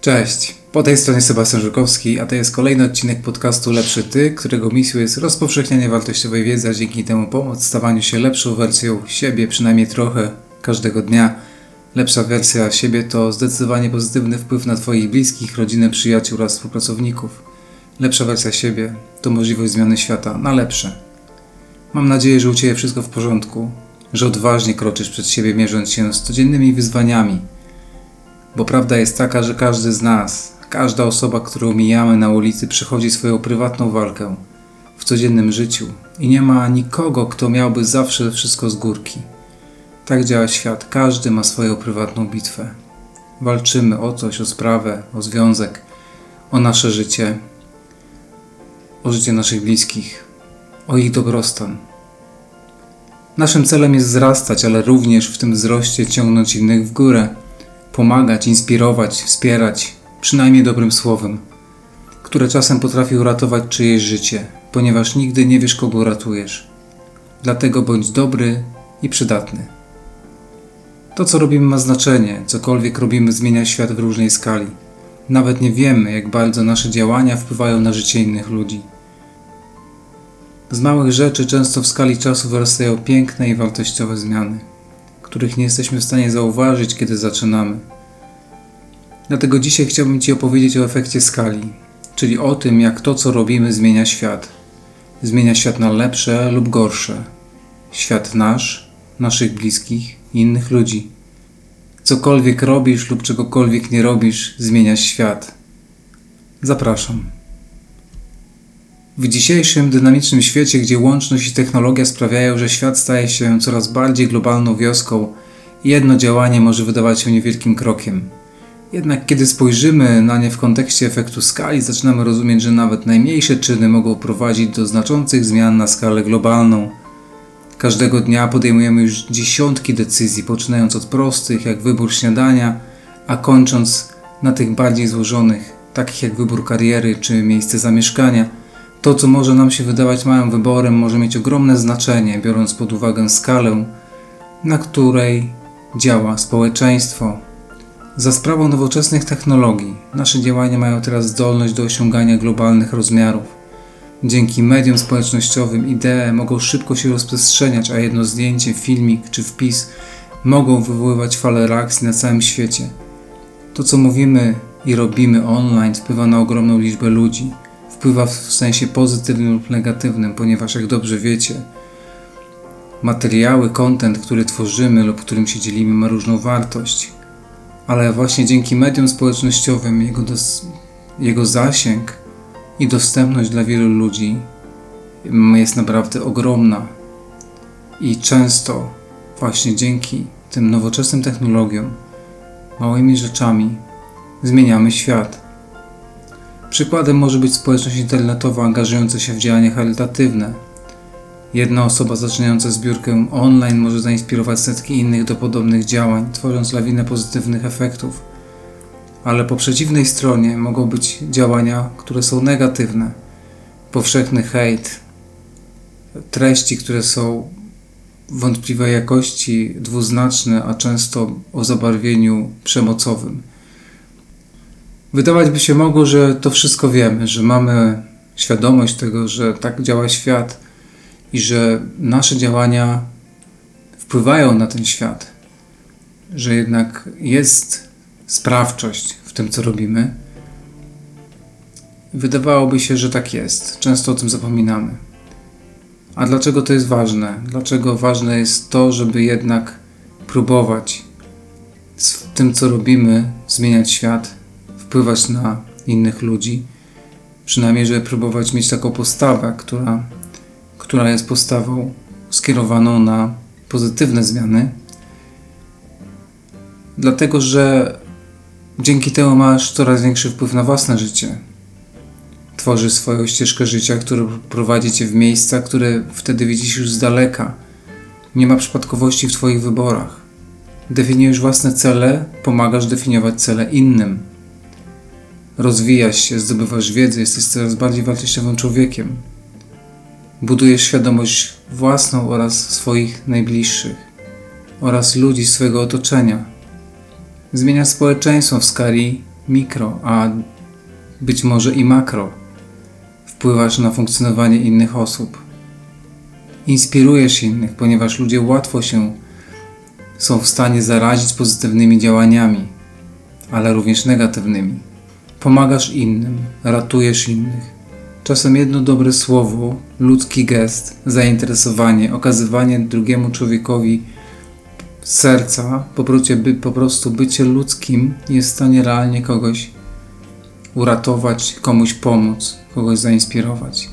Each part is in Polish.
Cześć, po tej stronie Sebastian Żukowski, a to jest kolejny odcinek podcastu Lepszy Ty, którego misją jest rozpowszechnianie wartościowej wiedzy, a dzięki temu pomoc w stawaniu się lepszą wersją siebie, przynajmniej trochę każdego dnia. Lepsza wersja siebie to zdecydowanie pozytywny wpływ na Twoich bliskich, rodzinę, przyjaciół oraz współpracowników. Lepsza wersja siebie to możliwość zmiany świata na lepsze. Mam nadzieję, że u Ciebie wszystko w porządku, że odważnie kroczysz przed siebie, mierząc się z codziennymi wyzwaniami. Bo prawda jest taka, że każdy z nas, każda osoba, którą mijamy na ulicy, przechodzi swoją prywatną walkę w codziennym życiu i nie ma nikogo, kto miałby zawsze wszystko z górki. Tak działa świat, każdy ma swoją prywatną bitwę. Walczymy o coś, o sprawę, o związek, o nasze życie, o życie naszych bliskich, o ich dobrostan. Naszym celem jest wzrastać, ale również w tym wzroście ciągnąć innych w górę. Pomagać, inspirować, wspierać, przynajmniej dobrym słowem, które czasem potrafi uratować czyjeś życie, ponieważ nigdy nie wiesz, kogo ratujesz. Dlatego bądź dobry i przydatny. To, co robimy, ma znaczenie. Cokolwiek robimy, zmienia świat w różnej skali. Nawet nie wiemy, jak bardzo nasze działania wpływają na życie innych ludzi. Z małych rzeczy często w skali czasu wyrastają piękne i wartościowe zmiany, których nie jesteśmy w stanie zauważyć, kiedy zaczynamy. Dlatego dzisiaj chciałbym Ci opowiedzieć o efekcie skali, czyli o tym, jak to, co robimy, zmienia świat. Zmienia świat na lepsze lub gorsze. Świat nasz, naszych bliskich i innych ludzi. Cokolwiek robisz lub czegokolwiek nie robisz, zmienia świat. Zapraszam. W dzisiejszym dynamicznym świecie, gdzie łączność i technologia sprawiają, że świat staje się coraz bardziej globalną wioską, jedno działanie może wydawać się niewielkim krokiem. Jednak kiedy spojrzymy na nie w kontekście efektu skali, zaczynamy rozumieć, że nawet najmniejsze czyny mogą prowadzić do znaczących zmian na skalę globalną. Każdego dnia podejmujemy już dziesiątki decyzji, poczynając od prostych, jak wybór śniadania, a kończąc na tych bardziej złożonych, takich jak wybór kariery czy miejsce zamieszkania. To, co może nam się wydawać małym wyborem, może mieć ogromne znaczenie, biorąc pod uwagę skalę, na której działa społeczeństwo. Za sprawą nowoczesnych technologii nasze działania mają teraz zdolność do osiągania globalnych rozmiarów. Dzięki mediom społecznościowym idee mogą szybko się rozprzestrzeniać, a jedno zdjęcie, filmik czy wpis mogą wywoływać falę reakcji na całym świecie. To, co mówimy i robimy online, wpływa na ogromną liczbę ludzi. Wpływa w sensie pozytywnym lub negatywnym, ponieważ jak dobrze wiecie, materiały, content, który tworzymy lub którym się dzielimy, ma różną wartość. Ale właśnie dzięki mediom społecznościowym jego zasięg i dostępność dla wielu ludzi jest naprawdę ogromna. I często właśnie dzięki tym nowoczesnym technologiom, małymi rzeczami zmieniamy świat. Przykładem może być społeczność internetowa angażująca się w działania charytatywne. Jedna osoba zaczynająca zbiórkę online może zainspirować setki innych do podobnych działań, tworząc lawinę pozytywnych efektów. Ale po przeciwnej stronie mogą być działania, które są negatywne. Powszechny hejt, treści, które są wątpliwej jakości, dwuznaczne, a często o zabarwieniu przemocowym. Wydawać by się mogło, że to wszystko wiemy, że mamy świadomość tego, że tak działa świat i że nasze działania wpływają na ten świat, że jednak jest sprawczość w tym, co robimy. Wydawałoby się, że tak jest. Często o tym zapominamy. A dlaczego to jest ważne? Dlaczego ważne jest to, żeby jednak próbować z tym, co robimy, zmieniać świat, wpływać na innych ludzi, przynajmniej, żeby próbować mieć taką postawę, która jest postawą skierowaną na pozytywne zmiany, dlatego, że dzięki temu masz coraz większy wpływ na własne życie. Tworzysz swoją ścieżkę życia, która prowadzi Cię w miejsca, które wtedy widzisz już z daleka. Nie ma przypadkowości w Twoich wyborach. Definiujesz własne cele, pomagasz definiować cele innym. Rozwijasz się, zdobywasz wiedzę, jesteś coraz bardziej wartościowym człowiekiem. Budujesz świadomość własną oraz swoich najbliższych oraz ludzi swojego otoczenia. Zmieniasz społeczeństwo w skali mikro, a być może i makro. Wpływasz na funkcjonowanie innych osób. Inspirujesz innych, ponieważ ludzie łatwo są w stanie zarazić pozytywnymi działaniami, ale również negatywnymi. Pomagasz innym, ratujesz innych. Czasem jedno dobre słowo, ludzki gest, zainteresowanie, okazywanie drugiemu człowiekowi serca, po prostu bycie ludzkim jest w stanie realnie kogoś uratować, komuś pomóc, kogoś zainspirować.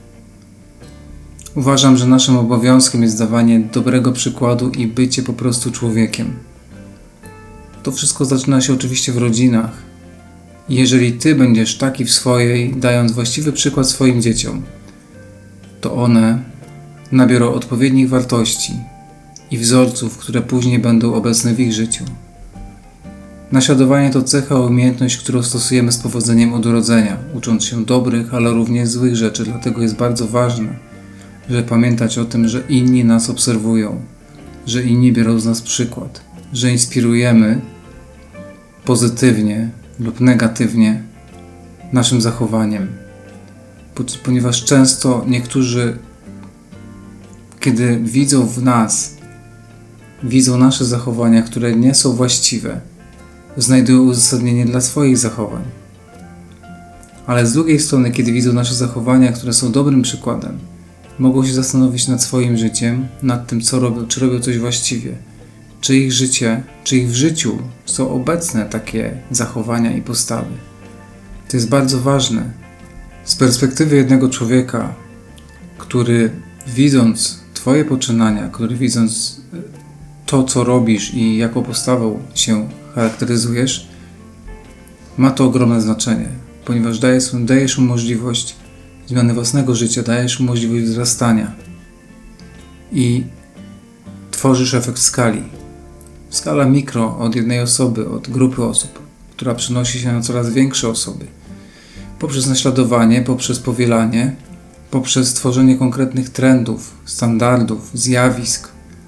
Uważam, że naszym obowiązkiem jest dawanie dobrego przykładu i bycie po prostu człowiekiem. To wszystko zaczyna się oczywiście w rodzinach. Jeżeli Ty będziesz taki w swojej, dając właściwy przykład swoim dzieciom, to one nabiorą odpowiednich wartości i wzorców, które później będą obecne w ich życiu. Naśladowanie to cecha, umiejętność, którą stosujemy z powodzeniem od urodzenia, ucząc się dobrych, ale również złych rzeczy. Dlatego jest bardzo ważne, żeby pamiętać o tym, że inni nas obserwują, że inni biorą z nas przykład, że inspirujemy pozytywnie lub negatywnie naszym zachowaniem. Ponieważ często niektórzy, kiedy widzą w nas, widzą nasze zachowania, które nie są właściwe, znajdują uzasadnienie dla swoich zachowań. Ale z drugiej strony, kiedy widzą nasze zachowania, które są dobrym przykładem, mogą się zastanowić nad swoim życiem, nad tym, co robią, czy robią coś właściwie, czy ich życie, czy ich w życiu są obecne takie zachowania i postawy. To jest bardzo ważne. Z perspektywy jednego człowieka, który widząc Twoje poczynania, który widząc to, co robisz i jaką postawą się charakteryzujesz, ma to ogromne znaczenie, ponieważ dajesz mu możliwość zmiany własnego życia, dajesz mu możliwość wzrastania i tworzysz efekt skali. Skala mikro od jednej osoby, od grupy osób, która przenosi się na coraz większe osoby. Poprzez naśladowanie, poprzez powielanie, poprzez tworzenie konkretnych trendów, standardów, zjawisk.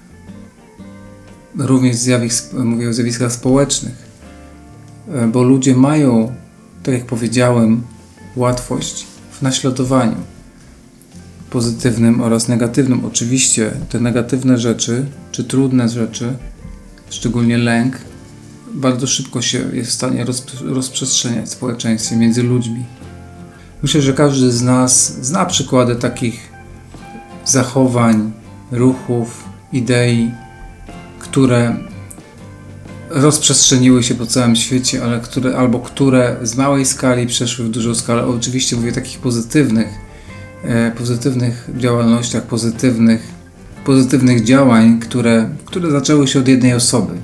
Również mówię o zjawiskach społecznych, bo ludzie mają, tak jak powiedziałem, łatwość w naśladowaniu pozytywnym oraz negatywnym. Oczywiście te negatywne rzeczy, czy trudne rzeczy, szczególnie lęk, bardzo szybko się jest w stanie rozprzestrzeniać w społeczeństwie, między ludźmi. Myślę, że każdy z nas zna przykłady takich zachowań, ruchów, idei, które rozprzestrzeniły się po całym świecie, ale które z małej skali przeszły w dużą skalę. Oczywiście mówię o takich pozytywnych działalnościach, pozytywnych działań, które zaczęły się od jednej osoby.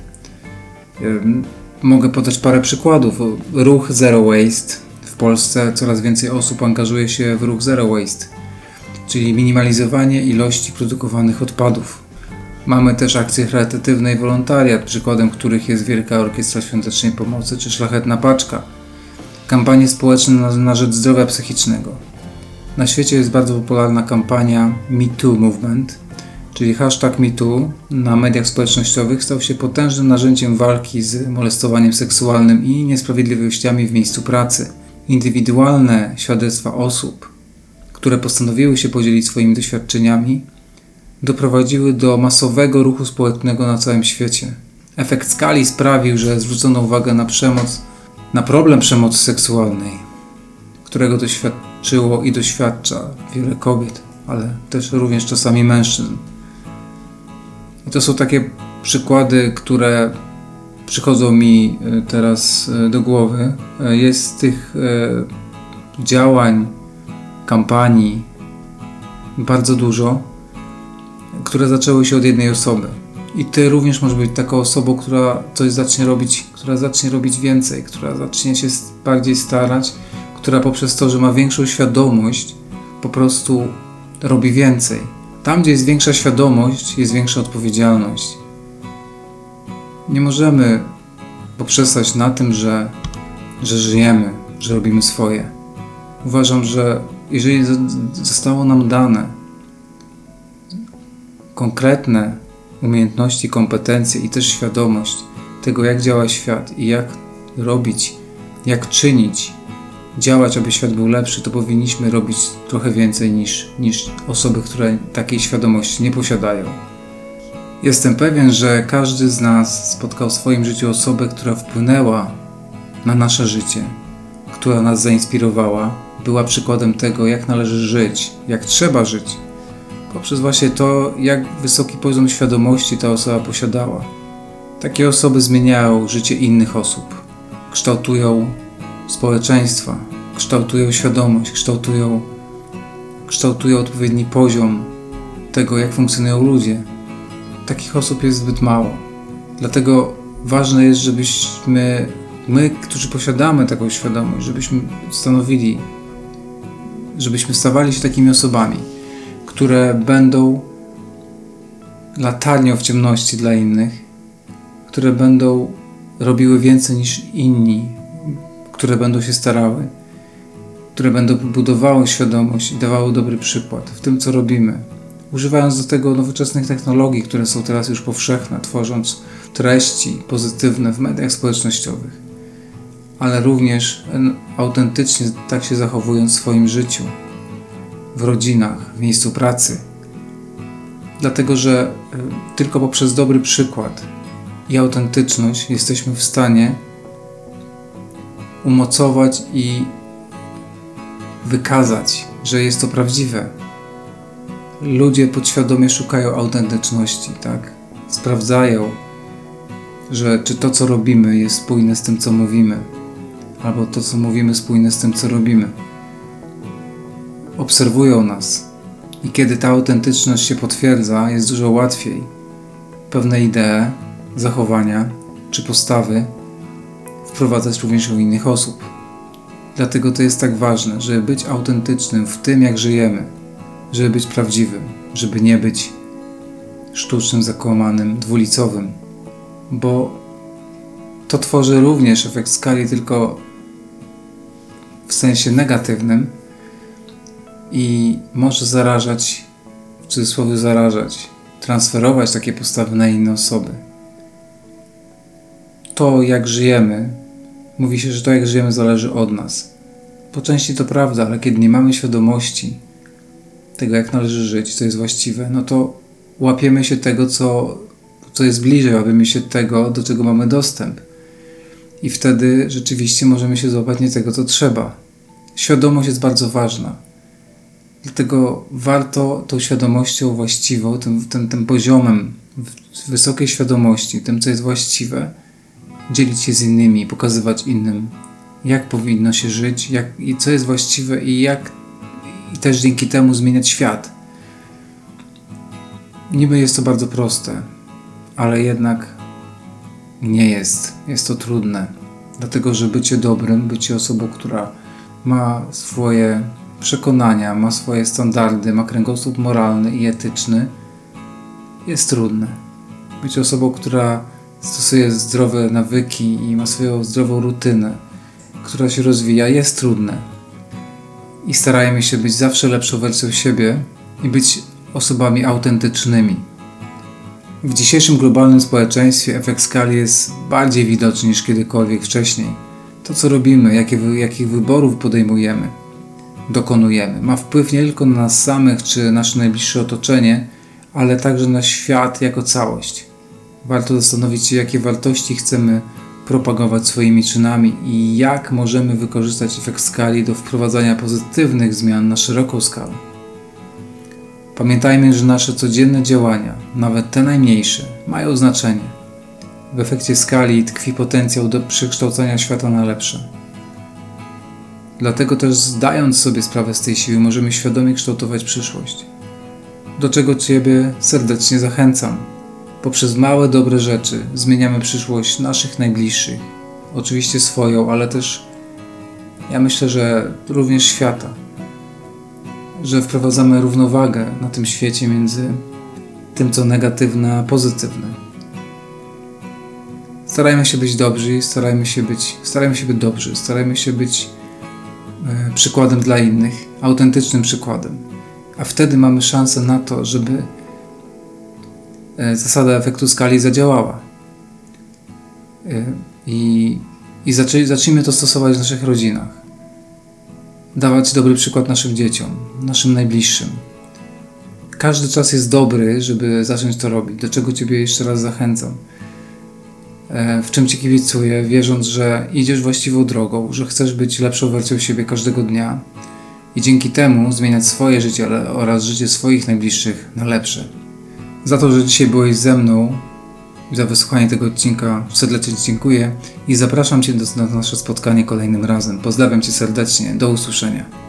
Mogę podać parę przykładów. Ruch Zero Waste. W Polsce coraz więcej osób angażuje się w ruch Zero Waste, czyli minimalizowanie ilości produkowanych odpadów. Mamy też akcje charytatywne i wolontariat, przykładem których jest Wielka Orkiestra Świątecznej Pomocy czy Szlachetna Paczka. Kampanie społeczne na rzecz zdrowia psychicznego. Na świecie jest bardzo popularna kampania MeToo Movement, czyli hashtag MeToo na mediach społecznościowych stał się potężnym narzędziem walki z molestowaniem seksualnym i niesprawiedliwościami w miejscu pracy. Indywidualne świadectwa osób, które postanowiły się podzielić swoimi doświadczeniami, doprowadziły do masowego ruchu społecznego na całym świecie. Efekt skali sprawił, że zwrócono uwagę na problem przemocy seksualnej, którego doświadczyło i doświadcza wiele kobiet, ale też również czasami mężczyzn. I to są takie przykłady, które przychodzą mi teraz do głowy. Jest tych działań, kampanii bardzo dużo, które zaczęły się od jednej osoby. I Ty również możesz być taką osobą, która coś zacznie robić, która zacznie robić więcej, która zacznie się bardziej starać, która poprzez to, że ma większą świadomość, po prostu robi więcej. Tam, gdzie jest większa świadomość, jest większa odpowiedzialność. Nie możemy poprzestać na tym, że żyjemy, że robimy swoje. Uważam, że jeżeli zostało nam dane konkretne umiejętności, kompetencje i też świadomość tego, jak działa świat i jak robić jak czynić, działać, aby świat był lepszy, to powinniśmy robić trochę więcej niż osoby, które takiej świadomości nie posiadają. Jestem pewien, że każdy z nas spotkał w swoim życiu osobę, która wpłynęła na nasze życie, która nas zainspirowała, była przykładem tego, jak należy żyć, jak trzeba żyć, poprzez właśnie to, jak wysoki poziom świadomości ta osoba posiadała. Takie osoby zmieniają życie innych osób, kształtują społeczeństwa, kształtują świadomość, kształtują odpowiedni poziom tego, jak funkcjonują ludzie. Takich osób jest zbyt mało. Dlatego ważne jest, żebyśmy, my, którzy posiadamy taką świadomość, żebyśmy stawali się takimi osobami, które będą latarnią w ciemności dla innych, które będą robiły więcej niż inni, które będą się starały, które będą budowały świadomość i dawały dobry przykład w tym, co robimy, używając do tego nowoczesnych technologii, które są teraz już powszechne, tworząc treści pozytywne w mediach społecznościowych, ale również autentycznie tak się zachowując w swoim życiu, w rodzinach, w miejscu pracy. Dlatego, że tylko poprzez dobry przykład i autentyczność jesteśmy w stanie umocować i wykazać, że jest to prawdziwe. Ludzie podświadomie szukają autentyczności, tak? Sprawdzają, że czy to, co robimy, jest spójne z tym, co mówimy, albo to, co mówimy, spójne z tym, co robimy. Obserwują nas i kiedy ta autentyczność się potwierdza, jest dużo łatwiej pewne idee, zachowania czy postawy wprowadzać również u innych osób. Dlatego to jest tak ważne, żeby być autentycznym w tym, jak żyjemy, żeby być prawdziwym, żeby nie być sztucznym, zakłamanym, dwulicowym, bo to tworzy również efekt skali, tylko w sensie negatywnym i może zarażać, w cudzysłowie zarażać, transferować takie postawy na inne osoby. To, jak żyjemy, mówi się, że to, jak żyjemy, zależy od nas. Po części to prawda, ale kiedy nie mamy świadomości tego, jak należy żyć, co jest właściwe, no to łapiemy się tego, co jest bliżej, łapiemy się tego, do czego mamy dostęp. I wtedy rzeczywiście możemy się złapać nie tego, co trzeba. Świadomość jest bardzo ważna. Dlatego warto tą świadomością właściwą, tym poziomem wysokiej świadomości, tym, co jest właściwe, dzielić się z innymi, pokazywać innym, jak powinno się żyć, i co jest właściwe i też dzięki temu zmieniać świat. Niby jest to bardzo proste, ale jednak nie jest. Jest to trudne, dlatego że bycie dobrym, bycie osobą, która ma swoje przekonania, ma swoje standardy, ma kręgosłup moralny i etyczny, jest trudne. Bycie osobą, która stosuje zdrowe nawyki i ma swoją zdrową rutynę, która się rozwija, jest trudne. I starajmy się być zawsze lepszą wersją siebie i być osobami autentycznymi. W dzisiejszym globalnym społeczeństwie efekt skali jest bardziej widoczny niż kiedykolwiek wcześniej. To, co robimy, jakich wyborów podejmujemy, dokonujemy, ma wpływ nie tylko na nas samych czy nasze najbliższe otoczenie, ale także na świat jako całość. Warto zastanowić się, jakie wartości chcemy propagować swoimi czynami i jak możemy wykorzystać efekt skali do wprowadzania pozytywnych zmian na szeroką skalę. Pamiętajmy, że nasze codzienne działania, nawet te najmniejsze, mają znaczenie. W efekcie skali tkwi potencjał do przekształcania świata na lepsze. Dlatego też, zdając sobie sprawę z tej siły, możemy świadomie kształtować przyszłość. Do czego Ciebie serdecznie zachęcam. Poprzez małe, dobre rzeczy zmieniamy przyszłość naszych najbliższych. Oczywiście swoją, ale też ja myślę, że również świata. Że wprowadzamy równowagę na tym świecie między tym, co negatywne, a pozytywne. Starajmy się być dobrzy, starajmy się być dobrzy, starajmy się być przykładem dla innych, autentycznym przykładem. A wtedy mamy szansę na to, żeby zasada efektu skali zadziałała. I I zacznijmy to stosować w naszych rodzinach. Dawać dobry przykład naszym dzieciom, naszym najbliższym. Każdy czas jest dobry, żeby zacząć to robić, do czego Ciebie jeszcze raz zachęcam. W czym Ci kibicuję, wierząc, że idziesz właściwą drogą, że chcesz być lepszą wersją siebie każdego dnia i dzięki temu zmieniać swoje życie oraz życie swoich najbliższych na lepsze. Za to, że dzisiaj byłeś ze mną i za wysłuchanie tego odcinka serdecznie Ci dziękuję i zapraszam Cię na nasze spotkanie kolejnym razem. Pozdrawiam Cię serdecznie, do usłyszenia.